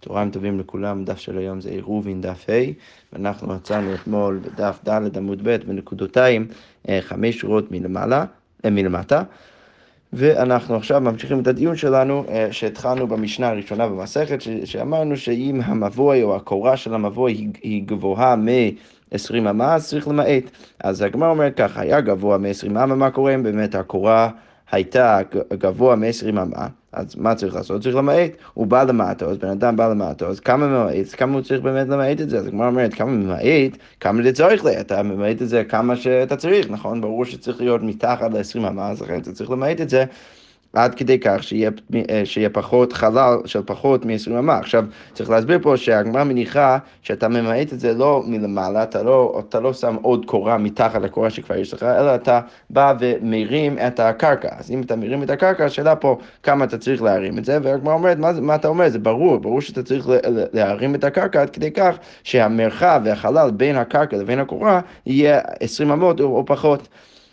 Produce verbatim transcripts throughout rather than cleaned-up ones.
צהריים טובים לכולם, דף של היום זה עירובין דף ה', ואנחנו מצאנו אתמול בדף ד' עמוד ב' בנקודותיים חמש שורות מלמעלה, מלמטה, ואנחנו עכשיו ממשיכים את הדיון שלנו שהתחלנו במשנה הראשונה במסכת, שאמרנו שאם המבוי או הקורה של המבוי היא, היא גבוהה מ-עשרים אמה, אז צריך למעט. אז הגמרא אומרת ככה, היה גבוה מ-עשרים אמה, מה קורה אם באמת הקורה הייתה גבוה מ-עשרים אמה, אז מה צריך לעשות? צריך למעט. הוא בא למעטו, אז בן אדם בא למעטו, אז כמה ממעט? כמה הוא צריך באמת למעט את זה? אז הגמרא אומרת, כמה ממעט? כמה זה צריך לה? אתה ממעט את זה כמה שאתה צריך, נכון? ברור שצריך להיות מתחת ל-עשרים אמה, אז לכן אתה צריך למעט את זה עד כדי כך שיהיה, שיהיה פחות חלל של פחות מ-עשרים אמה. עכשיו, צריך להסביר פה שהגמרא מניחה שאתה ממעט את זה לא מלמעלה, אתה לא, אתה לא שם עוד קורה מתחת לקורה שכבר יש לך, אלא אתה בא ומרים את הקרקע. אז אם אתה מרים את הקרקע, השאלה פה כמה אתה צריך להרים את זה, והגמרא אומרת, מה, מה אתה אומר? זה ברור, ברור שאתה צריך להרים את הקרקע עד כדי כך שהמרחב והחלל בין הקרקע לבין הקורה יהיה עשרים אמות או, או פחות.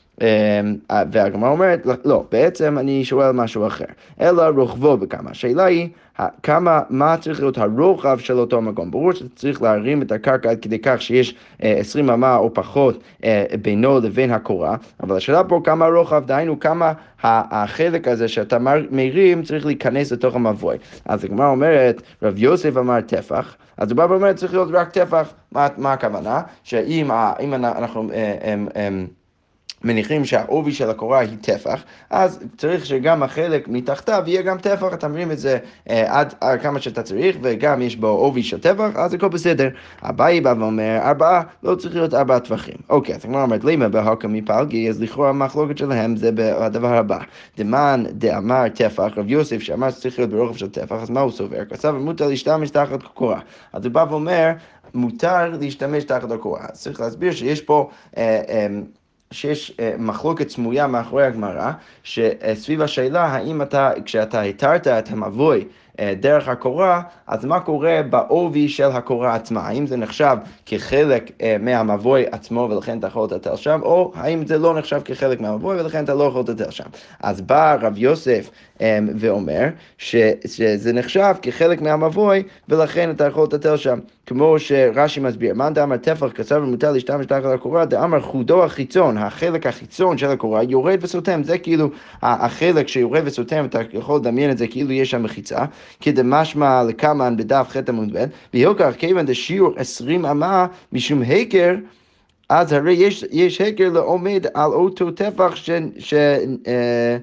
והגמרא אומרת, לא, בעצם אני שואל משהו אחר, אלא רוחבו בכמה. השאלה היא, כמה, מה צריך להיות הרוחב של אותו מקום? ברור שצריך להרים את הקרקע עד כדי כך שיש עשרים אמה או פחות בינו לבין הקורה, אבל השאלה פה כמה הרוחב, דהיינו כמה החלק הזה שאתה מרים צריך להיכנס לתוך המבוי. אז הגמרא אומרת, רב יוסף אמר טפח, אז הוא בא ואומר צריך להיות רק טפח. מה, מה הכוונה? שאם אם אנחנו הם, הם, מניחים שהעובי של הקורה היא טפח, אז צריך שגם החלק מתחתיו יהיה גם טפח, אתה מרים את זה אה, עד, עד כמה שאתה צריך, וגם יש בו עובי של טפח, אז הכל בסדר. אביי בא ואומר, ארבעה, לא צריך להיות ארבעה טפחים. אוקיי, אז הגמרא אומרת, למה בהוקא מפלגי, אז לכאורה המחלוקת שלהם זה בדבר הבא. דמן דאמר טפח, רב יוסף שאמר שצריך להיות ברוחב של טפח, אז מה הוא סובר? כסף מותר להשתמש תחת הקורה. אז הוא בא ואומר, מותר להשתמש תחת הקורה. אז צריך להסביר שיש פה אה, אה, שיש מחלוקת סמויה מאחורי הגמרא, שסביב השאלה האם אתה, כשאתה התרת את המבוי דרך הקורה, אז מה קורה בעובי של הקורה עצמה? האם זה נחשב כחלק מהמבוי עצמו ולכן אתה יכול לטטל שם, או האם זה לא נחשב כחלק מהמבוי ולכן אתה לא יכול לטטל שם? אז בא רב יוסף ואומר שזה נחשב כחלק מהמבוי ולכן אתה יכול לטטל שם, כמו שרש"י מסביר, מאן דאמר טפח כסף ומותר להשתמש תחת הקורה, דאמר חודו החיצון, החלק החיצון של הקורה יורד וסותם, זה כאילו החלק שיורד וסותם, אתה יכול לדמיין את זה כאילו יש שם מחיצה, כדמשמע לקמן בדף ח' עמוד ב', והיוכח כיוון דשיעור עשרים אמה משום הקר, אז הרי יש, יש הקר לעומד על אותו טפח ש... ש אה,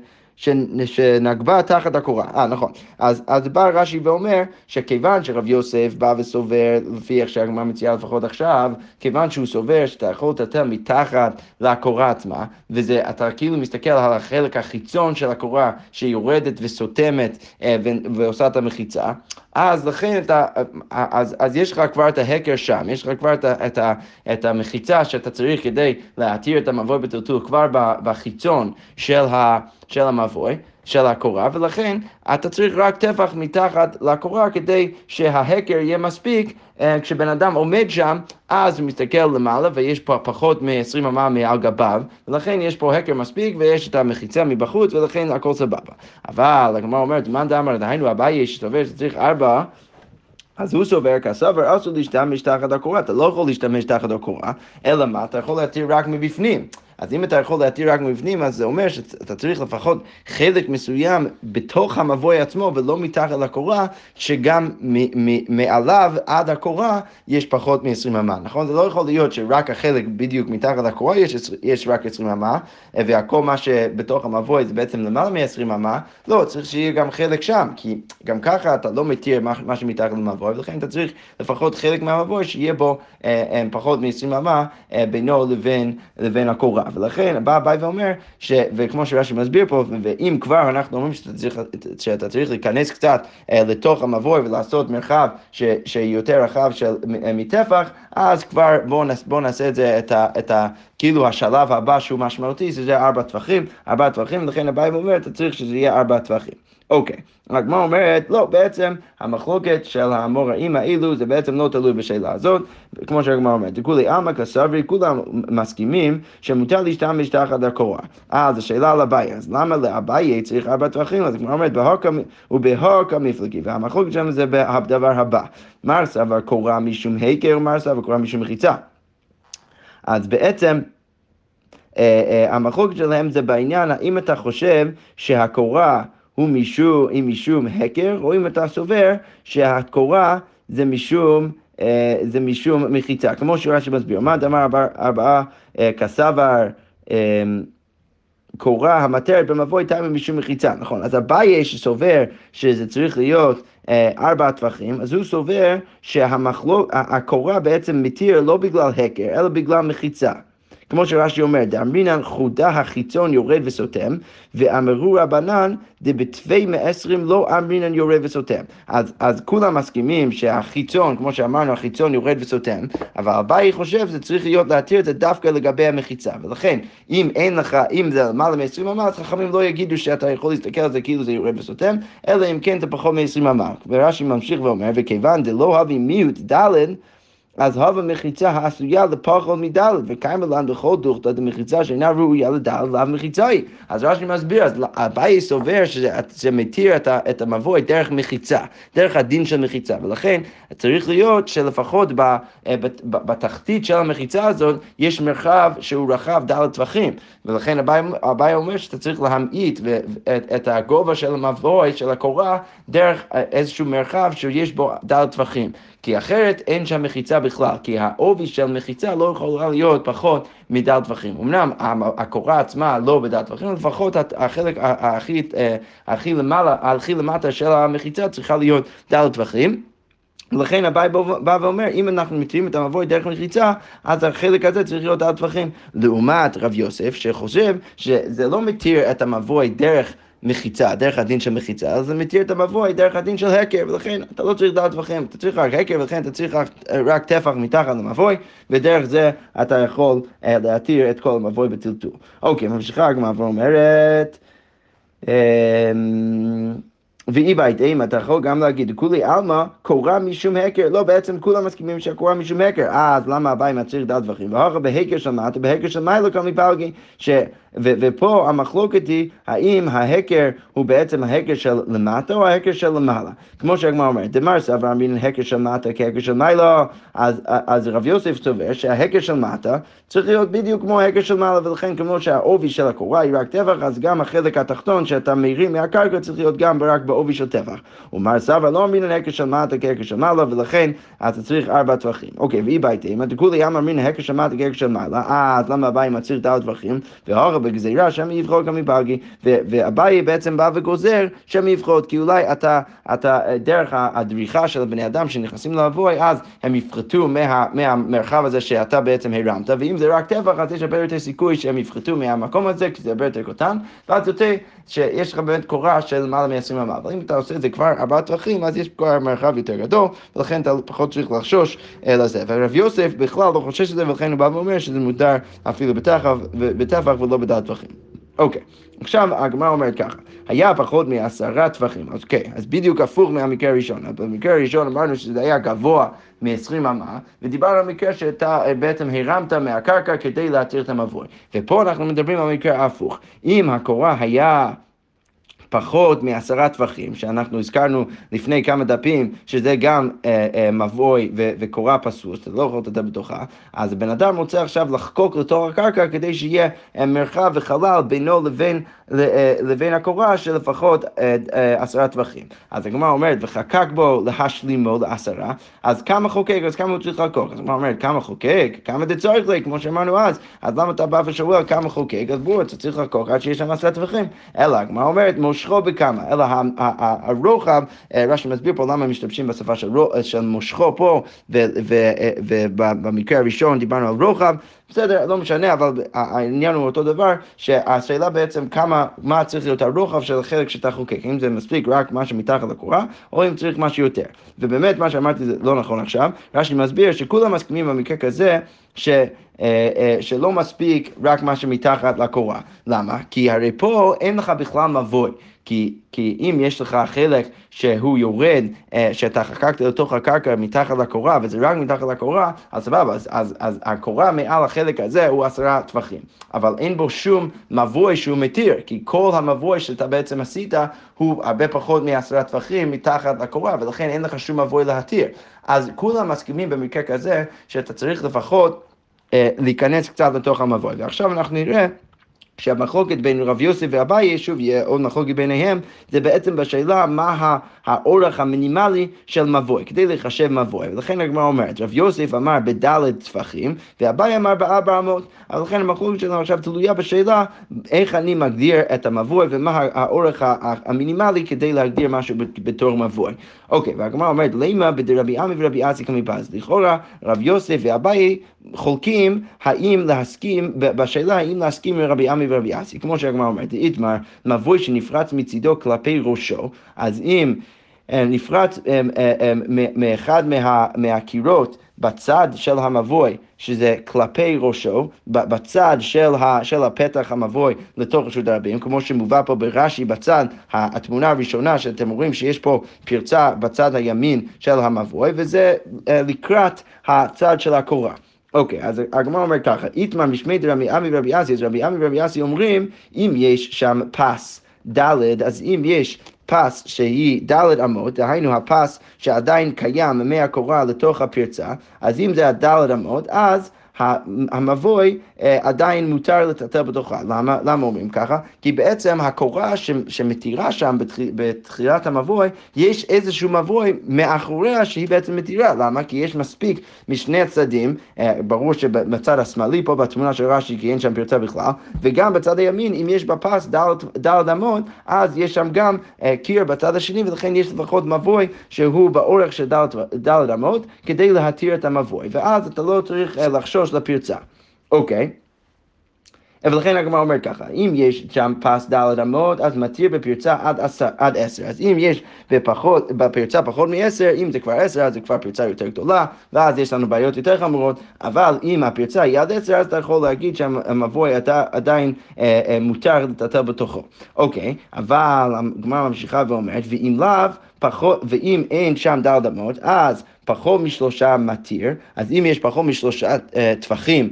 שנגבה תחת הקורה. אה, נכון. אז, אז בא רש"י ואומר שכיוון שרב יוסף בא וסובר, לפי איך שהגמרא מציעה לפחות עכשיו, כיוון שהוא סובר שאתה יכול לטטל מתחת לקורה עצמה, וזה, אתה כאילו מסתכל על החלק החיצון של הקורה שיורדת וסותמת אה, ו- ועושה את המחיצה, אז לכן אתה, אז, אז יש לך כבר את ההקר שם, יש לך כבר את, את, את המחיצה שאתה צריך כדי להתיר את המבוי בטלטול כבר בחיצון של, ה, של המבוי, של הקורה, ולכן אתה צריך רק טפח מתחת לקורה כדי שההקר יהיה מספיק. כשבן אדם עומד שם, אז הוא מסתכל למעלה ויש פה פחות מ-עשרים אמה מעל גביו, ולכן יש פה הקר מספיק ויש את המחיצה מבחוץ ולכן הכל סבבה. אבל הגמרא אומרת, מאן דאמר דהיינו אביי שסובר שצריך ארבע, אז הוא סובר כסבר, אסור להשתמש תחת הקורה, אתה לא יכול להשתמש תחת הקורה, אלא מה? אתה יכול להתיר רק מבפנים. אז אם אתה יכול להתיר רק מבפנים, אז זה אומר שאתה צריך לפחות חלק מסוים בתוך המבוי עצמו, ולא מתחת לקורה, שגם מעליו עד הקורה יש פחות מ-עשרים אמה, נכון? זה לא יכול להיות שרק החלק בדיוק מתחת לקורה יש, יש רק עשרים אמה, והכל מה שבתוך המבוי זה בעצם למעלה מ-עשרים אמה, לא, צריך שיהיה גם חלק שם, כי גם ככה אתה לא מתיר מה, מה שמתחת למבוי, ולכן אתה צריך לפחות חלק מהמבוי שיהיה בו אה, אה, פחות מ-עשרים אמה אה, בינו לבין, לבין הקורה. ולכן בא הבא ואומר, ש, וכמו שרש"י מסביר פה, ואם כבר אנחנו אומרים שאתה צריך, שאתה צריך להיכנס קצת אה, לתוך המבוי ולעשות מרחב ש, שיותר רחב של מטפח, אז כבר בואו נעשה, בוא נעשה את זה, את ה, את ה, כאילו השלב הבא שהוא משמעותי, זה ארבע טווחים, ארבע טווחים, לכן הבא ואומר, אתה צריך שזה יהיה ארבע טווחים. אוקיי, הגמרא אומרת, לא, בעצם המחלוקת של האמוראים האלו זה בעצם לא תלוי בשאלה הזאת, כמו שהגמרא אומרת, כולי עלמא כסברי, כולם מסכימים שמותר להשתמש תחת הקורה. אז השאלה על אביי, אז למה לאביי צריך ארבע טווחים? אז הגמרא אומרת, ובהוק המפלגי, והמחלוקת שלנו זה בדבר הבא, מר סבר קורה משום היכר, מר סבר קורה משום מחיצה. אז בעצם, המחלוקת שלהם זה בעניין, האם אתה חושב שהקורה הוא משום, היא משום הכר, או אם אתה סובר שהקורה זה משום, זה משום מחיצה. כמו שרש"י מסביר, מה דאמר ארבעה כסבר קורה המטרת במבוי תימא משום מחיצה, נכון? אז אביי שסובר שזה צריך להיות ארבע טווחים, אז הוא סובר שהקורה בעצם מתיר לא בגלל הכר, אלא בגלל מחיצה. כמו שרש"י אומר, דאמרינן חודה החיצון יורד וסותם, ואמרו רבנן, דבתווי מעשרים לא אמרינן יורד וסותם. אז, אז כולם מסכימים שהחיצון, כמו שאמרנו, החיצון יורד וסותם, אבל אביי חושב שזה צריך להיות להתיר את זה דווקא לגבי המחיצה. ולכן, אם אין לך, אם זה למעלה מ-עשרים אמה, אז חכמים לא יגידו שאתה יכול להסתכל על זה כאילו זה יורד וסותם, אלא אם כן אתה פחות מ-עשרים אמה. ורש"י ממשיך ואומר, וכיוון דלא הביא מיעוט דלת, אז הווה מחיצה העשויה לפחות מדלת, וקיימה לנו בכל דוכתא דמחיצה שאינה ראויה לדלת, לאו מחיצה היא. אז רש"י מסביר, אז אביי סובר שזה מתיר את המבוי דרך מחיצה, דרך הדין של מחיצה, ולכן צריך להיות שלפחות בתחתית של המחיצה הזאת, יש מרחב שהוא רחב דלת טווחים, ולכן אביי אומר שאתה צריך להמעיט את הגובה של המבוי, של הקורה, דרך איזשהו מרחב שיש בו דלת טווחים. כי אחרת אין שם מחיצה בכלל, כי העובי של מחיצה לא יכולה להיות פחות מדלת טווחים. אמנם הקורה עצמה לא בדלת טווחים, לפחות החלק הכי, הכי למעלה, הכי למטה של המחיצה צריכה להיות דלת טווחים. ולכן אביי בא ואומר, אם אנחנו מתירים את המבוי דרך מחיצה, אז החלק הזה צריך להיות דלת טווחים. לעומת רב יוסף, שחושב שזה לא מתיר את המבוי דרך מחיצה, דרך הדין של מחיצה, אז זה מתיר את המבוי דרך הדין של הכר, ולכן אתה לא צריך דלת טווחים, אתה צריך רק הכר, ולכן אתה צריך רק, רק טפח מתחת למבוי, ודרך זה אתה יכול להתיר את כל המבוי בטלטול. אוקיי, ממשיכה הגמרא ואומרת, ואי בהתאם, אתה יכול גם להגיד, כולי עלמא קורה משום הכר, לא, בעצם כולם מסכימים שהקורה משום הכר, אז למה אביי מצריך דלת טווחים? והכה בהכר של מטה, בהכר של מיילו כמי פלגי, ש... ו- ופה המחלוקת היא, האם ההכר הוא בעצם ההכר של למטה או ההכר של למעלה. כמו שהגמרא אומרת, דמר סבר מן ההכר של מטה כהכר של מיילו, אז, אז רב יוסף סובר שההכר של מטה צריך להיות בדיוק כמו ההכר של מעלה, ולכן כמו שהעובי של הקורה היא רק טפח, אז גם החלק התחתון שאתה מרים מהקרקע צריך להיות גם רק בעובי של טפח. ומר סבר לא מן ההכר של מטה כהכר של מעלה, ולכן אתה צריך ארבע טווחים. אוקיי, ואי בהתאם, כולי אמר מן ההכר של מטה כהכר של מעלה, אז למה אביי מצריך דלת טווחים? והכה בגזירה שם יבחור כמי פלגי, ואביי בעצם בא וגוזר שם יבחור, כי אולי אתה, אתה דרך הדריכה של הבני אדם שנכנסים למבוי, אז הם יפחתו מה, מהמרחב הזה שאתה בעצם הרמת, ואם זה רק טפח, אז יש הרבה יותר סיכוי שהם יפחתו מהמקום הזה, כי זה הרבה יותר קטן, ואז יוצא שיש לך באמת קורה של למעלה מ-עשרים אמה, אבל אם אתה עושה את זה כבר ארבעה טווחים, אז יש כבר מרחב יותר גדול, ולכן אתה פחות צריך לחשוש לזה. ורב יוסף בכלל לא חושש לזה, ולכן הוא בא ואומר שזה מותר אפילו בטפח, בטפח ולא בדלת טווחים. אוקיי, עכשיו הגמרא אומרת ככה, היה פחות מעשרה טווחים, אוקיי, אז בדיוק הפוך מהמקרה הראשון, במקרה הראשון אמרנו שזה היה גבוה מ-עשרים אמה, ודיברנו על מקרה שאתה בעצם הרמת מהקרקע כדי להתיר את המבוי, ופה אנחנו מדברים על מקרה הפוך, אם הקורה היה פחות מעשרה טווחים, שאנחנו הזכרנו לפני כמה דפים, שזה גם אה, אה, מבוי ו- וקורה פסוס, אתה לא יכול לתת בתוכה, אז הבן אדם רוצה עכשיו לחקוק לתוך הקרקע, כדי שיהיה אה, מרחב וחלל בינו לבין, אה, לבין הקורה, של לפחות אה, אה, עשרה טווחים. אז הגמרא אומרת, וחקק בו להשלימו לעשרה, אז כמה חוקק, אז כמה הוא צריך לחקוק? אז הגמרא אומרת, כמה חוקק? כמה דצורך לי, כמו שאמרנו אז, אז למה אתה בא ושואל כמה חוקק? אז בוא, אתה צריך לחקוק עד שיש שם עשרה טווחים. אלא, הגמרא אומרת, מושכו בכמה, אלא הרוחב, רש"י מסביר פה למה משתמשים בשפה של מושכו פה, ובמקרה הראשון דיברנו על רוחב, בסדר, לא משנה, אבל העניין הוא אותו דבר, שהשאלה בעצם כמה, מה צריך להיות הרוחב של החלק שאתה חוקק, אם זה מספיק רק מה שמתחת לקורה, או אם צריך משהו יותר. ובאמת מה שאמרתי זה לא נכון עכשיו, רש"י מסביר שכולם מסכימים במקרה כזה, ש, שלא מספיק רק מה שמתחת לקורה. למה? כי הרי פה אין לך בכלל מבוי. כי, כי אם יש לך חלק שהוא יורד, שאתה חקקת לתוך הקרקע מתחת לקורה, וזה רק מתחת לקורה, אז סבבה, אז, אז, אז הקורה מעל החלק הזה הוא עשרה טפחים. אבל אין בו שום מבוי שהוא מתיר, כי כל המבוי שאתה בעצם עשית, הוא הרבה פחות מעשרה טפחים מתחת לקורה, ולכן אין לך שום מבוי להתיר. אז כולם מסכימים במקרה כזה, שאתה צריך לפחות אה, להיכנס קצת לתוך המבוי. ועכשיו אנחנו נראה, שהמחלוקת בין רב יוסף ואביי, שוב יהיה עוד מחלוקת ביניהם, זה בעצם בשאלה מה האורך המינימלי של מבוי, כדי לחשב מבוי. ולכן הגמרא אומרת, רב יוסף אמר בדלת טפחים, ואביי אמר בארבע אמות. אז לכן המחלוקת שלנו עכשיו תלויה בשאלה, איך אני מגדיר את המבוי, ומה האורך המינימלי כדי להגדיר משהו בתור מבוי. אוקיי, והגמרא אומרת, למה בדרבי עמי ורבי אסי כמפז? לכאורה, רב יוסף ואביי חולקים האם להסכים, בשאלה האם להסכים לרבי עמי ורבי אסי, כמו שהגמרא אומרת, איתמר, מבוי שנפרץ מצידו כלפי ראשו, אז אם נפרץ מאחד מהקירות בצד של המבוי, שזה כלפי ראשו, בצד של, ה, של הפתח המבוי לתוך רשות הרבים, כמו שמובא פה ברש"י בצד, התמונה הראשונה שאתם רואים שיש פה פרצה בצד הימין של המבוי, וזה לקראת הצד של הקורה. אוקיי, אז הגמרא אומר ככה, איתמר משמי דרבי עמי ורבי אסי, אז רבי עמי ורבי אסי אומרים, אם יש שם פס ד', אז אם יש פס שהיא ד' אמות, דהיינו הפס שעדיין קיים מהקורה לתוך הפרצה, אז אם זה הד' אמות, אז המבוי עדיין מותר לטלטל בתוכה. למה? למה אומרים ככה? כי בעצם הקורה שמתירה שם בתחילת המבוי, יש איזשהו מבוי מאחוריה שהיא בעצם מתירה. למה? כי יש מספיק משני הצדדים, ברור שבצד השמאלי פה בתמונה של רש"י, כי אין שם פרצה בכלל, וגם בצד הימין, אם יש בפס ד' אמות, אז יש שם גם קיר בצד השני, ולכן יש לפחות מבוי שהוא באורך של ד' אמות, כדי להתיר את המבוי. ואז אתה לא צריך לחשוש לפרצה. אוקיי. ולכן הגמרא אומר ככה, אם יש שם פס ד' אמות, אז מתיר בפרצה עד עשר, עד עשר. אז אם יש בפחות, בפרצה פחות מעשר, אם זה כבר עשר, אז זה כבר פרצה יותר גדולה, ואז יש לנו בעיות יותר חמורות, אבל אם הפרצה היא עד עשר, אז אתה יכול להגיד שהמבוי עדיין אה, אה, מותר לטלטל בתוכו. אוקיי, אבל הגמרא ממשיכה ואומרת, ואם לאו, פחות, ואם אין שם ד' אמות, אז פחות משלושה מתיר, אז אם יש פחות משלושה טפחים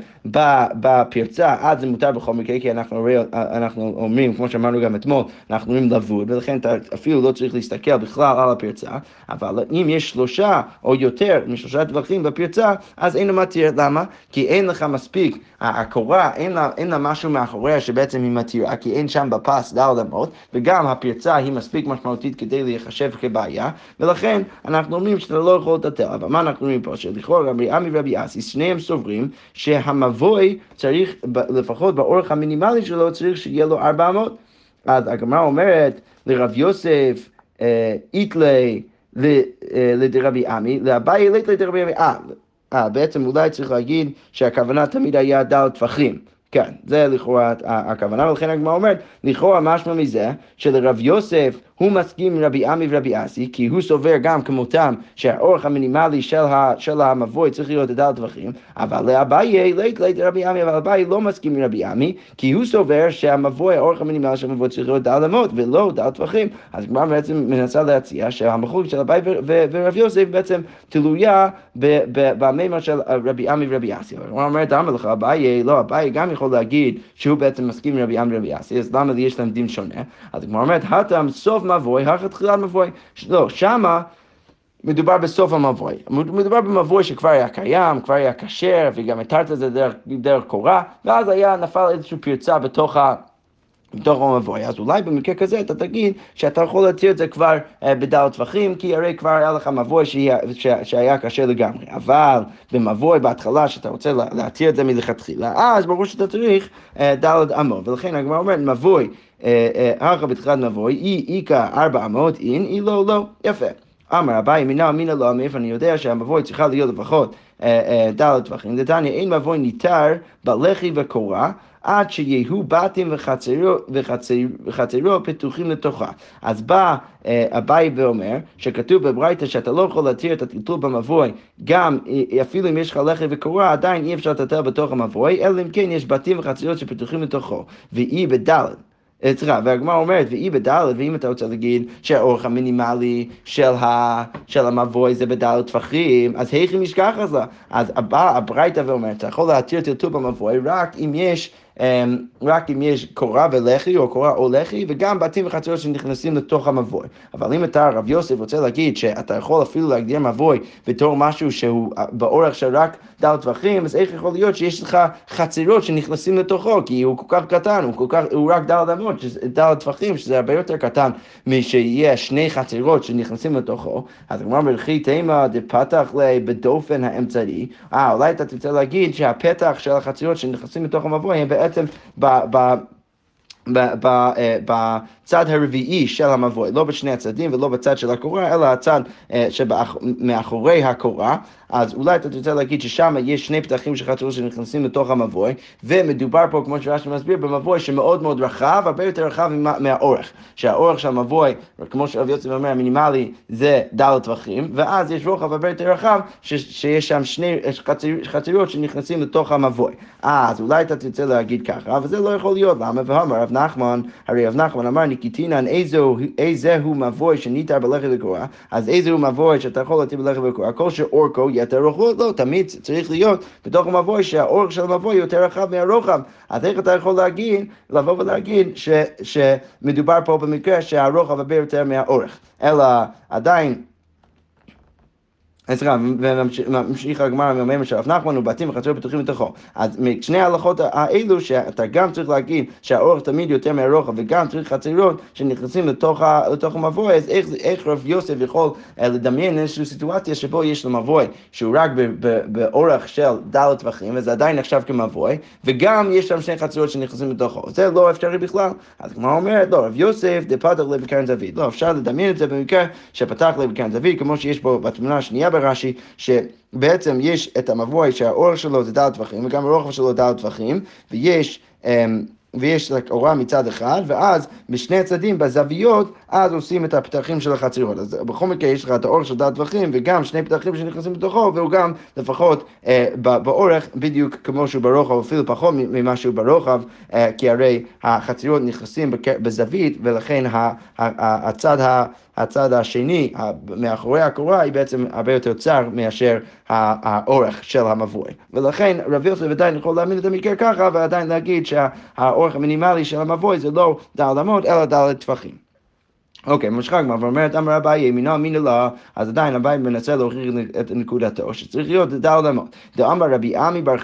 בפרצה, אז זה מותר בכל מקרה, כי אנחנו, אנחנו אומרים, כמו שאמרנו גם אתמול, אנחנו אומרים לבוד, ולכן אתה אפילו לא צריך להסתכל בכלל על הפרצה, אבל אם יש שלושה או יותר משלושה טפחים בפרצה, אז אין לו מתיר. למה? כי אין לך מספיק, הקורה, אין לה, אין לה משהו מאחוריה שבעצם היא מתירה, כי אין שם בפס ד' אמות, וגם הפרצה היא מספיק משמעותית כדי להיחשב כבעיה, ולכן אנחנו אומרים שאתה לא יכול לתת. אבל מה אנחנו אומרים פה? שלכאורה רבי עמי ורבי אסי, שניהם סוברים שהמבוי צריך, לפחות באורך המינימלי שלו, צריך שיהיה לו ארבע מאות. אז הגמרא אומרת לרב יוסף, איתלי לדרבי עמי, לאביי אילית לדרבי עמי. אה, בעצם אולי צריך להגיד שהכוונה תמיד היה ד' טפחים. כן, זה לכאורה הכוונה, ולכן הגמרא אומרת, לכאורה משמע מזה שלרב יוסף הוא מסכים עם רבי עמי ורבי אסי, כי הוא סובר גם כמותם שהאורך המינימלי של, ה, של המבוי צריך להיות ד' טפחים, אבל לאביי לית לית רבי עמי, אבל אביי לא מסכים עם רבי עמי, כי הוא סובר שהמבוי, האורך המינימלי של המבוי צריך להיות ד' אמות ולא ד' טפחים. אז הגמרא בעצם מנסה להציע שהמחלוקת של אביי ורב יוסף בעצם תלויה במימד של רבי עמי ורבי אסי. הגמרא אומרת, אמר לך אביי, לא, אביי גם יכול להגיד שהוא בעצם מסכים עם רבי עמי ורבי אסי, אז למה לי יש להם דין שונה? אז הגמרא אומרת, הטעם סוף מבוי, אחר תחילת מבוי. לא, שמה מדובר בסוף המבוי. מדובר במבוי שכבר היה קיים, כבר היה כשר, וגם התרת את זה דרך, דרך קורה, ואז היה נפל איזושהי פרצה בתוך ה... בתוך המבוי. אז אולי במקרה כזה אתה תגיד שאתה יכול להתיר את זה כבר בד' טפחים, כי הרי כבר היה לך מבוי שהיה, שהיה קשה לגמרי. אבל במבוי בהתחלה שאתה רוצה להתיר את זה מלכתחילה, אז ברור שאתה צריך ד' אמות. ולכן הגמרא אומרת, מבוי, אחר בתחילת מבוי, אי איקה ארבע אמות, אין, אי לא, לא. יפה. אמר אביי מינה מינה לא, מאיפה אני יודע שהמבוי צריכה להיות לפחות ד' טפחים. דתניא, אין מבוי ניתר בלחי וקורה, עד שיהיו בתים וחצרו, וחצרו, וחצרו פתוחים לתוכה. אז בא אביי ואומר, שכתוב בברייתא שאתה לא יכול להתיר את הטלטול במבוי, גם אפילו אם יש לך לחי וקורה, עדיין אי אפשר לטלטל בתוך המבוי, אלא אם כן יש בתים וחצרות שפתוחים לתוכו. ואי בד' סליחה, והגמרא אומרת, ואי בדלת, ואם אתה רוצה להגיד שהאורך המינימלי של, ה, של המבוי זה בדלת טפחים, אז היכי משכח אז לה. אז הבא, הברייתא ואומרת, אתה יכול להתיר טלטול במבוי רק אם יש רק אם יש קורה ולחי, או קורה או לחי, וגם בתים וחצרות שנכנסים לתוך המבוי. אבל אם אתה, רב יוסף, רוצה להגיד שאתה יכול אפילו להגדיר מבוי בתור משהו שהוא באורך של רק דלת טפחים, אז איך יכול להיות שיש לך חצרות שנכנסים לתוכו, כי הוא כל כך קטן, הוא, כל כך, הוא רק דלת אמות, דלת טפחים, שזה הרבה יותר קטן משיהיה שני חצרות שנכנסים לתוכו. אז כמו ברכי תימה דפתח לי בדופן האמצעי, אה, אולי אתה תרצה להגיד שהפתח של החצרות שנכנסים לתוך המבוי הם בעצם ב... ב בצד הרביעי של המבוי, לא בשני הצדדים ולא בצד של הקורה, אלא הצד שמאחורי הקורה. אז אולי אתה רוצה להגיד ששם יש שני פתחים של חצרות שנכנסים לתוך המבוי, ומדובר פה, כמו שרש"י מסביר, במבוי שמאוד מאוד רחב, הרבה יותר רחב מהאורך. שהאורך של המבוי, כמו שרב יוסף אומר, המינימלי זה דלת טפחים, ואז יש רוחב הרבה יותר רחב, שיש שם שני חצרות שנכנסים לתוך המבוי. אז אולי אתה תרצה להגיד ככה, אבל זה לא יכול להיות. למה? ואמר רב נחמן, הרי רב נחמן אמר, ניקיטינן, איזהו מבוי שניתר בלחי לקורה, אז איזהו מבוי שאתה יכול להתיר בלחי לקורה, כל שאורכו יתר רוחב, לא, תמיד צריך להיות בתוך המבוי שהאורך של המבוי יותר רחב מהרוחב. אז איך אתה יכול להגיד, לבוא ולהגיד ש, שמדובר פה במקרה שהרוחב הרבה יותר מהאורך, אלא עדיין סליחה, וממשיך הגמרא מהמימר של רב נחמן ובתים וחצרות פתוחים לתוכו. אז משני ההלכות האלו שאתה גם צריך להגיד שהאורך תמיד יותר מהרוחב וגם צריך חצרות שנכנסים לתוך, לתוך המבוי, אז איך, איך רב יוסף יכול לדמיין איזושהי סיטואציה שבו יש לו מבוי שהוא רק באורך של דלת טפחים וזה עדיין נחשב כמבוי, וגם יש שם שני חצרות שנכנסים לתוכו. זה לא אפשרי בכלל. אז כמו אומרת, לא, רב יוסף דפתח לי בקרן זווית. לא, אפשר לדמיין את זה במקרה שפתח לי בקרן זווית, כמו שיש פה בתמונה השנייה ברש"י, שבעצם יש את המבוי שהאורך שלו זה דלת טפחים, וגם הרוחב שלו דלת טפחים, ויש, ויש לכאורה מצד אחד, ואז בשני הצדדים, בזוויות, אז עושים את הפתחים של החצרות. אז בכל מקרה יש לך את האורך של דלת טפחים, וגם שני פתחים שנכנסים בתוכו, והוא גם לפחות אה, באורך, בדיוק כמו שהוא ברוחב, אפילו פחות ממה שהוא ברוחב, אה, כי הרי החצרות נכנסים בזווית, ולכן הצד ה... הצד השני, מאחורי הקורה, היא בעצם הרבה יותר צר מאשר האורך של המבוי. ולכן רב יוסף עדיין יכול להאמין את המקרה ככה, ועדיין להגיד שהאורך המינימלי של המבוי זה לא דלת אמות, אלא דלת טפחים. אוקיי, ממשיך הגמרא ואומרת, אמר אביי ימינו אמינא לה, אז עדיין אביי מנסה להוכיח את נקודתו, שצריך להיות דלת אמות. דאמר רבי עמי בר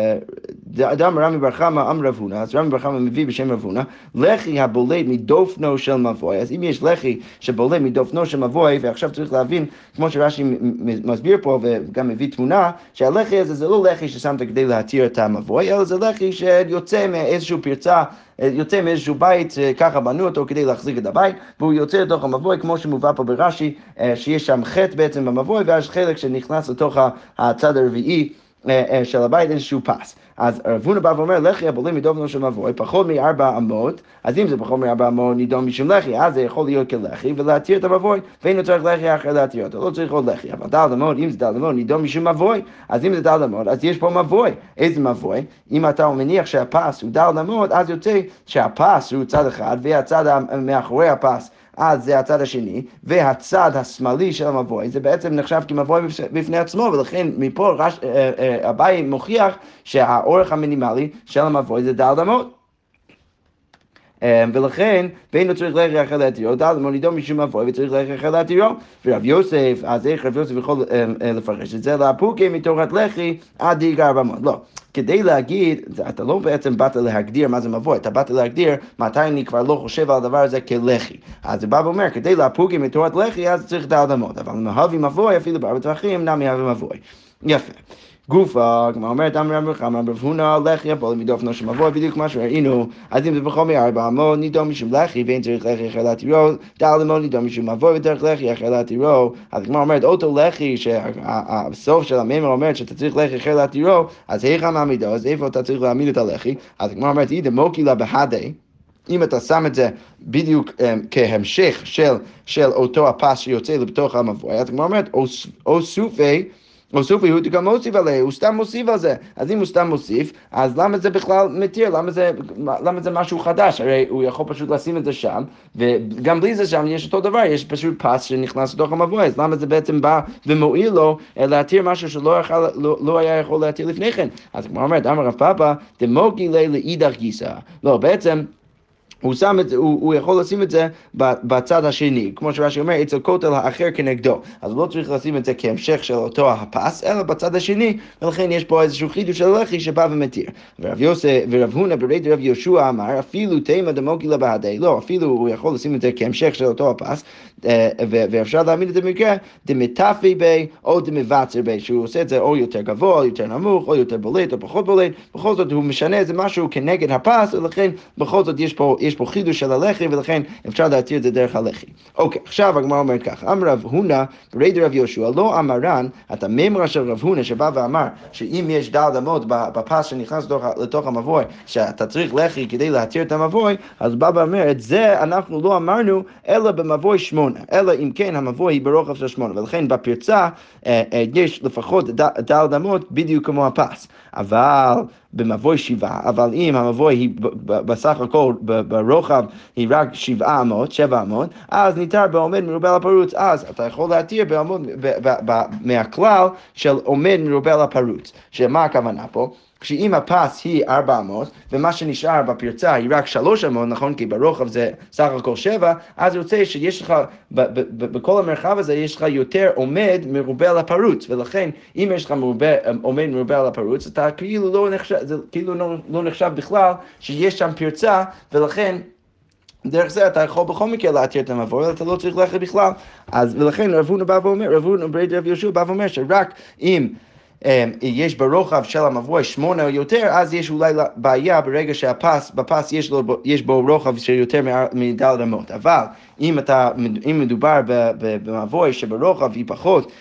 דאמר רמי בר חמא אמר רב הונא, אז רמי בר חמא מביא בשם רב הונא, לחי הבולט מדופנו של מבוי. אז אם יש לחי שבולט מדופנו של מבוי, ועכשיו צריך להבין, כמו שרש"י מסביר פה וגם מביא תמונה, שהלחי הזה זה לא לחי ששמת כדי להתיר את המבוי, אלא זה לחי שיוצא מאיזשהו פרצה, יוצא מאיזשהו בית, ככה בנו אותו כדי להחזיק את הבית, והוא יוצא לתוך המבוי, כמו שמובא פה ברש"י, שיש שם חטא בעצם במבוי, ואז חלק שנכנס לתוך הצד הרביעי של הבית, איזשהו פס. אז רב הונא בא ואומר, לחי הבולט מדופנו של מבוי, פחות מארבע אמות, אז אם זה פחות מארבע אמות נידון משום לחי, אז זה יכול להיות כלחי, ולהתיר את המבוי, ואין צריך לחי אחר להתיר אותו, לא צריך עוד לחי. אבל דלת אמות, אם זה דלת אמות נידון משום מבוי, אז אם זה דלת אמות, אז יש פה מבוי. איזה מבוי? אם אתה מניח שהפס הוא דלת אמות, אז יוצא שהפס הוא צד אחד, והצד מאחורי הפס, אז זה הצד השני, והצד השמאלי של המבוי, זה בעצם נחשב כמבוי בפני עצמו, ולכן מפה רש, אביי מוכיח שהאורך המינימלי של המבוי זה דלת אמות. ולכן, ואינו צריך לחי אחר להתירו, דלת אמות נידון משום מבוי וצריך לחי אחר להתירו. ורב יוסף, אז איך רב יוסף יכול לפרש את זה? לאפוקי מתורת לחי עד דיגה ארבע אמות. לא. כדי להגיד, אתה לא בעצם באת להגדיר מה זה מבוי, אתה באת להגדיר מתי אני כבר לא חושב על הדבר הזה כלחי. אז זה בא ואומר, כדי להפוגי מתורת לחי, אז צריך דלת אמות. אבל מהווה מבוי, אפילו בארבע טווחים, נע מהווה מבוי. יפה. גופה, כמו אומרת, אמר רב חמא, רב הונא, לחי הבולט מדופנו של מבוי, בדיוק מה שראינו, אז אם זה פחות מארבע אמות, נידון משום לחי, ואין צריך לחי אחר להתירו, דלת אמות נידון משום מבוי, וצריך לחי אחר להתירו. אז כמו אומרת, אותו לחי, שהסוף של המימר אומרת שאתה צריך לחי אחר להתירו, אז היכן מעמידו, אז איפה אתה צריך להעמיד את הלחי? אז כמו אומרת, אידה מוקילה בהדי, אם אתה שם את זה בדיוק um, כהמשך של, של אותו הפס שיוצא לתוך המבוי, אז כמו אומרת, או סופי, או סופי הוא גם מוסיף עליה, הוא סתם מוסיף על זה. אז אם הוא סתם מוסיף, אז למה זה בכלל מתיר? למה זה, למה זה משהו חדש? הרי הוא יכול פשוט לשים את זה שם, וגם בלי זה שם יש אותו דבר, יש פשוט פס שנכנס לתוך המבוי, אז למה זה בעצם בא ומועיל לו להתיר משהו שלא יכול, לא, לא היה יכול להתיר לפני כן? אז כמו אומרת, אמר רב פאפא, דמוגי ליה לאידך גיסא. לא, בעצם הוא, שם את, הוא, הוא יכול לשים את זה בצד השני, כמו שרש"י אומר, אצל כותל האחר כנגדו. אז לא צריך לשים את זה כהמשך של אותו הפס, אלא בצד השני, ולכן יש פה איזשהו חידוש של הלחי שבא ומתיר. ורב יוסף ורב הונא ברי רב יהושע אמר, אפילו תימא דמוגי לה בהדי, לא, אפילו הוא יכול לשים את זה כהמשך של אותו הפס, ואפשר להעמיד את זה במקרה, דמטפי בי או דמבצר בי, שהוא עושה את זה או יותר גבוה, או יותר נמוך, או יותר בולט, או פחות בולט, בכל זאת הוא משנה איזה משהו כנגד הפס, ולכן בכל זאת יש פה, יש פה חידוש של הלחי, ולכן אפשר להתיר את זה דרך הלחי. אוקיי, עכשיו הגמרא אומרת כך, אמר רב הונא ברי רב יהושע, לא אמרן, את המימרה של רב הונא שבא ואמר, שאם יש דל אמות בפס שנכנס לתוך, לתוך המבוי, שאתה צריך לחי כדי להתיר את המבוי, אז בא ואומר, את זה אנחנו לא אמרנו, אלא במבוי שמונה, אלא אם כן המבוי היא ברוחב של שמונה, ולכן בפרצה אה, אה, יש לפחות דל אמות בדיוק כמו הפס, אבל במבוי שבעה, אבל אם המבוי היא בסך הכל ברוחב היא רק שבעה אמות, שבע אמות, אז ניתר בעומד מרובה לפרוץ, אז אתה יכול להתיר בעמוד, מהכלל של עומד מרובה לפרוץ, שמה הכוונה פה? כשאם הפס היא ארבע אמות, ומה שנשאר בפרצה היא רק שלוש אמות, נכון? כי ברוחב זה סך הכל שבע, אז יוצא שיש לך, בכל המרחב הזה יש לך יותר עומד מרובה לפרוץ, ולכן אם יש לך מרובה, עומד מרובה לפרוץ, אתה כאילו לא נחשב, זה כאילו לא, לא נחשב בכלל שיש שם פרצה, ולכן דרך זה אתה יכול בכל מקרה להתיר את המבוי, אתה לא צריך ללכת בכלל. אז ולכן רב הונא בא ואומר, רב הונא ברי רב יהושע בא ואומר שרק אם יש ברוחב של המבוי שמונה או יותר, אז יש אולי בעיה ברגע שהפס, בפס יש, לו, יש בו רוחב של יותר מדל אמות. אבל אם, אתה, אם מדובר במבוי שברוחב היא פחות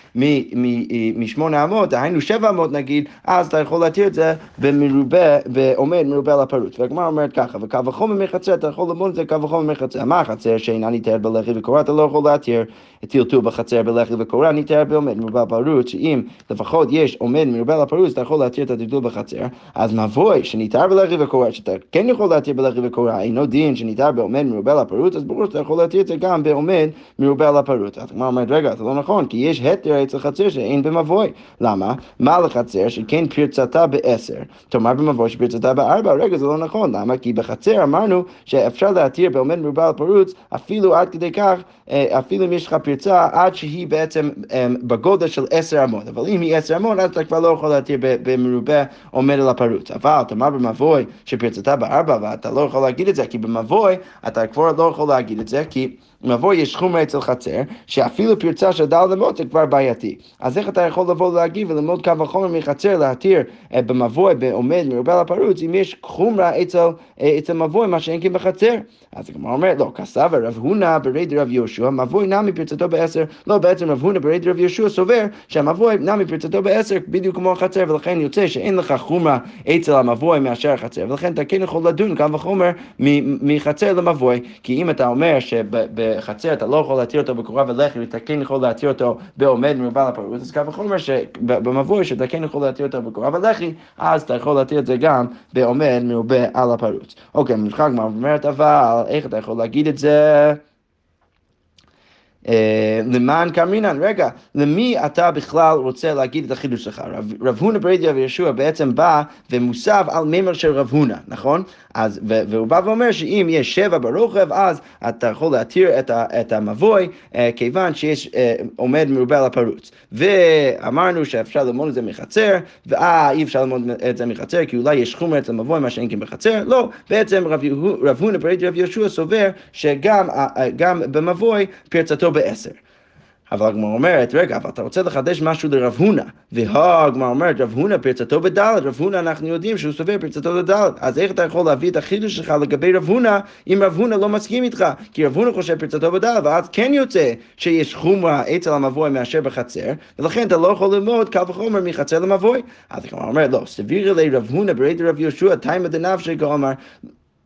משמונה אמות, דהיינו שבע אמות נגיד, אז אתה יכול להתיר את זה במרובה, ועומד מרובה לפרוץ. והגמרא אומרת ככה, וקו וחומר מחצר, אתה יכול ללמוד את זה קו וחומר מחצר. מה החצר שאינה ניתרת בלחי וקורה, אתה לא יכול להתיר טלטול בחצר בלחי וקורה, ניתרת בעומד מרובה לפרוץ, שאם לפחות יש עומד מרובה לפרוץ, אתה יכול להתיר את הטלטול בחצר. אז מבוי שניתר בלחי וקורה, שאתה כן יכול להתיר בלחי וקורה, אינו דין שניתר בעומד מרובה לפרוץ, אז ברור שאתה יכול להתיר את זה גם בעומד מרובה לפרוץ. אז הגמרא אומרת, רגע, זה לא נכון, כי יש היתר אצל חצר שאין במבוי. למה? מה לחצר שכן פרצתה בעשר, תאמר במבוי שפרצתה בארבע? רגע, זה לא נכון. למה? כי בחצר אמרנו שאפשר להתיר בעומד מרובה לפרוץ, אפילו עד כדי כך, אפילו אם יש לך פרצה עד שהיא בעצם בגודל של עשר אמות. אבל אם היא עשר אמות, אז אתה כבר לא יכול להתיר במרובה עומד על הפרוץ. אבל תאמר במבוי שפרצתה בארבע, ואתה לא יכול להגיד את זה, כי במבוי אתה כבר לא יכול להגיד את זה, כי במבוי יש חומר אצל חצר, שאפילו פרצה של דל אמות זה כבר בעייתי. אז איך אתה יכול לבוא להגיב וללמוד קו החומר מחצר להתיר במבוי בעומד מרובה לפרוץ, אם יש חומרה אצל, אצל מבוי, מה שאין כן בחצר? אז הגמרא אומרת, לא, כסבר רב הונא ברי רב יהושע, מבוי נמי פרצתו בעשר. לא, בעצם רב הונא ברי רב יהושע סובר שהמבוי נמי פרצתו בעשר בדיוק כמו החצר, ולכן יוצא שאין לך חומרה אצל המבוי מאשר החצר, ולכן אתה כן יכול לדון קו החומר מחצר למבוי, כי אם אתה אומר שבחצר אתה לא יכול להתיר אותו בקורה ולחי, ואתה כן יכול להתיר אותו בעומד מרובה לפרוץ, אז קו החומר שבמבוי שאתה כן יכול להתיר אותו בקורה ולחי, אז אתה יכול להתיר את זה גם בעומד מרובה על הפרוץ. אוקיי, משחק מה אומרת, אבל איך אתה יכול להגיד את זה? למען קמרינן, רגע, למי אתה בכלל רוצה להגיד את החידוש שלך? רב הונא ברי רב יהושע בעצם בא ומוסב על מימר של רב הונא, נכון? אז, והוא בא ואומר שאם יש שבע ברוחב, אז אתה יכול להתיר את, ה, את המבוי, כיוון שיש עומד מרובה לפרוץ. ואמרנו שאפשר ללמוד את זה מחצר, ואה, אי אפשר ללמוד את זה מחצר, כי אולי יש חומר אצל המבוי, מה שאין כן בחצר. לא, בעצם רב הונא ברי רב יהושע סובר שגם גם במבוי פרצתו בעשר. אבל הגמרא אומרת, רגע, אבל אתה רוצה לחדש משהו לרב הונא, והגמרא אומרת, רב הונא פרצתו בדלת, רב הונא אנחנו יודעים שהוא סובר פרצתו בדלת, אז איך אתה יכול להביא את החידוש שלך לגבי רב הונא, אם רב הונא לא מסכים איתך, כי רב הונא חושב פרצתו בדלת, ואז כן יוצא שיש חומרה אצל המבוי מאשר בחצר, ולכן אתה לא יכול ללמוד קל וחומר מחצר למבוי. אז הגמרא אומרת, לא, סביר לי רב הונא ברי רב יהושע, תימא דנפשי כאמר,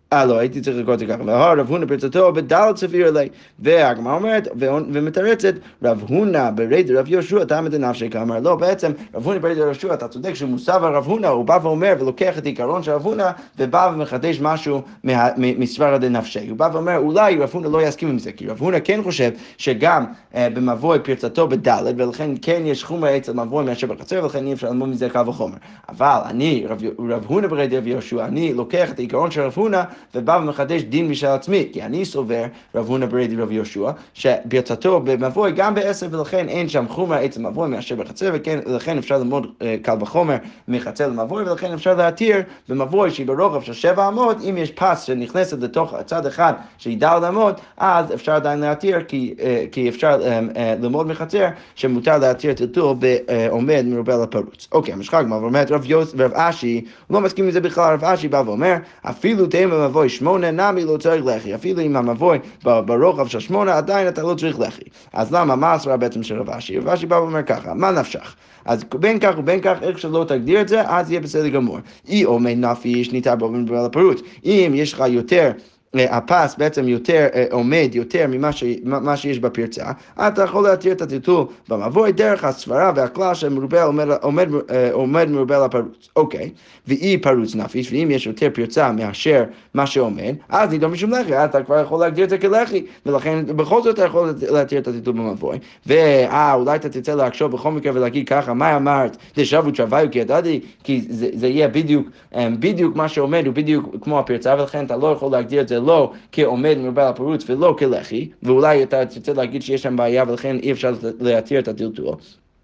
אה, לא, הייתי צריך לקרוא את זה ככה. והר רב הונא ברצותו בדלת ספיר אלי. והגמרא אומרת, ומתרצת, רב הונא ברי דרב יהושע תמא דנפשי, אמר לא, בעצם רב הונא ברי דרב יהושע, אתה צודק שהוא מוסב על רב הונא, הוא בא ואומר ולוקח את העיקרון של רב הונא, ובא ומחדש משהו מסברא דנפשי. הוא בא ואומר, אולי רב הונא לא יסכים עם זה, כי רב הונא כן חושב שגם במבוי פרצתו בדלת, ולכן כן יש חומר אצל מבוי מאשר בחצר, ולכן אי אפשר ללמוד מזה קל וחומר. אבל אני, רב הונא ברי דרב יהושע, אני לוקח את העיקרון של רב הונא, ובא ומחדש דין משל עצמי, כי אני סובר, רב הונא ברי דרב יהושע, שברצתו במבוי גם בעשר, ולכן אין שם חומר אצל מבוי מאשר בחצר, ולכן אפשר ללמוד קל וחומר מחצר למבוי, ולכן אפשר להתיר במבוי שהיא ברוחב של שבע אמות, אם יש פס שנכנסת לתוך הצד אחד שהיא דל אמות, אז אפשר עדיין להתיר, כי, כי אפשר ללמוד מחצר, שמותר להתיר טלטול בעומד מרובה לפרוץ. אוקיי, המשחק מה ואומרת רב יוס, רב אשי, הוא לא מסכים עם זה בכלל, רב אשי בא ואומר, אפילו תהיה במבוי שמונה, נמי לא צריך לחי, אפילו אם המבוי ברוחב של שמונה, עדיין אתה לא צריך לחי. אז למה, מה הסברה בעצם של רב אשי? רב אשי בא ואומר ככה, מה נפשך? אז בין כך ובין כך, איך שלא תגדיר את זה, אז יהיה בסדר גמור. אי עומד נפיש, ניתן בעומד מרובה לפרוץ. אם יש לך יותר, הפס בעצם יותר עומד יותר ממה ש, מה שיש בפרצה, אתה יכול להתיר את הטלטול במבוי דרך הסברה והכלל שמרובה עומד, עומד, עומד מרובה לפרוץ. אוקיי, ואי פרוץ נפיש, ואם יש יותר פרצה מאשר מה שעומד, אז נידון משום לחי, אתה כבר יכול להגדיר את זה כלחי, ולכן בכל זאת אתה יכול להתיר את הטלטול במבוי. ואה, אולי אתה תרצה להקשור בכל מקרה ולהגיד ככה, מה אמרת? דשבו תשביו כי ידעתי, כי זה, זה יהיה בדיוק, בדיוק מה שעומד, הוא בדיוק כמו הפרצה, ולכן אתה לא יכול להגדיר את זה לא כעומד מרובה לפרוץ ולא כלחי, ואולי אתה תרצה להגיד שיש שם בעיה ולכן אי אפשר להתיר את הטלטול.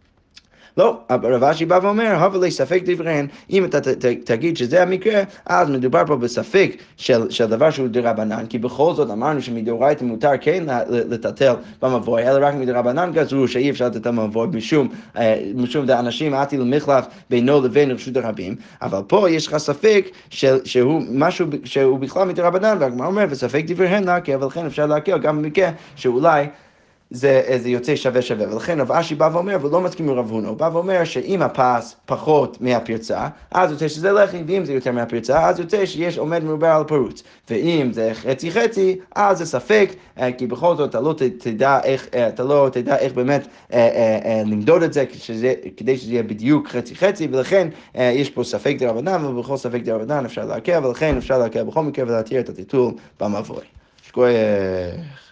לא, רב אשי בא ואומר, הווה לי ספק דבריהן, אם אתה תגיד שזה המקרה, אז מדובר פה בספק של, של דבר שהוא דרבנן, כי בכל זאת אמרנו שמדאורייתא מותר כן לטלטל במבוי, אלא רק מדרבנן גזרו שאי אפשר לטלטל במבוי, משום, משום דאנשים עתי למחלף בינו לבין רשות הרבים, אבל פה יש לך ספק של, שהוא משהו שהוא בכלל מדרבנן, והגמרא אומר, וספק דבריהן להקל, ולכן אפשר להקל גם במקרה שאולי זה, זה יוצא שווה שווה, ולכן רב אשי בא ואומר, ולא מסכים עם רב הונא, הוא בא ואומר שאם הפס פחות מהפרצה, אז יוצא שזה לחי, ואם זה יותר מהפרצה, אז יוצא שיש עומד מרובה על פרוץ, ואם זה חצי חצי, אז זה ספק, כי בכל זאת אתה לא תדע איך, אתה לא תדע איך באמת למדוד את זה, שזה, כדי שזה יהיה בדיוק חצי חצי, ולכן יש פה ספק דרבנן, ובכל ספק דרבנן אפשר להקל, ולכן אפשר להקל בכל מקרה ולהתיר את הטלטול במבוי. שכוח.